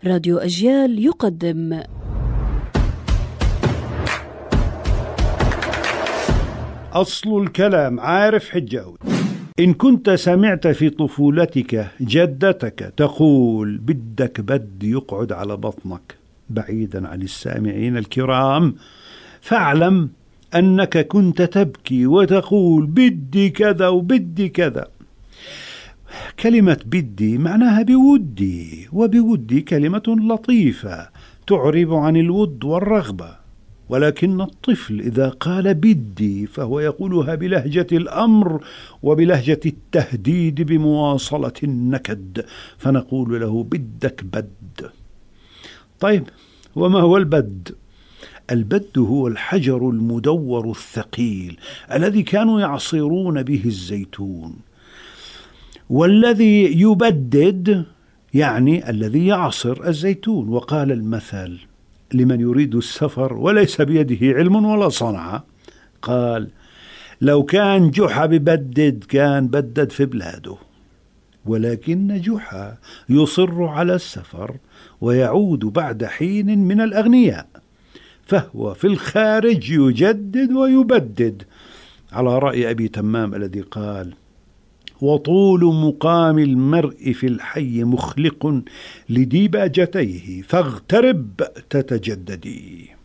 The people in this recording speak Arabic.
راديو أجيال يقدم أصل الكلام. عارف حجاوي، إن كنت سمعت في طفولتك جدتك تقول بدك بد يقعد على بطنك بعيدا عن السامعين الكرام، فاعلم أنك كنت تبكي وتقول بدي كذا وبدي كذا. كلمة بدي معناها بودي، وبودي كلمة لطيفة تعرب عن الود والرغبة، ولكن الطفل إذا قال بدي فهو يقولها بلهجة الأمر وبلهجة التهديد بمواصلة النكد، فنقول له بدك بد. طيب، وما هو البد؟ البد هو الحجر المدور الثقيل الذي كانوا يعصرون به الزيتون، والذي يبدد يعني الذي يعصر الزيتون. وقال المثل لمن يريد السفر وليس بيده علم ولا صنعة، قال لو كان جحا ببدد كان بدد في بلاده، ولكن جحا يصر على السفر ويعود بعد حين من الأغنياء، فهو في الخارج يجدد ويبدد، على رأي أبي تمام الذي قال وطول مقام المرء في الحي مخلق لديباجتيه فاغترب تتجددي.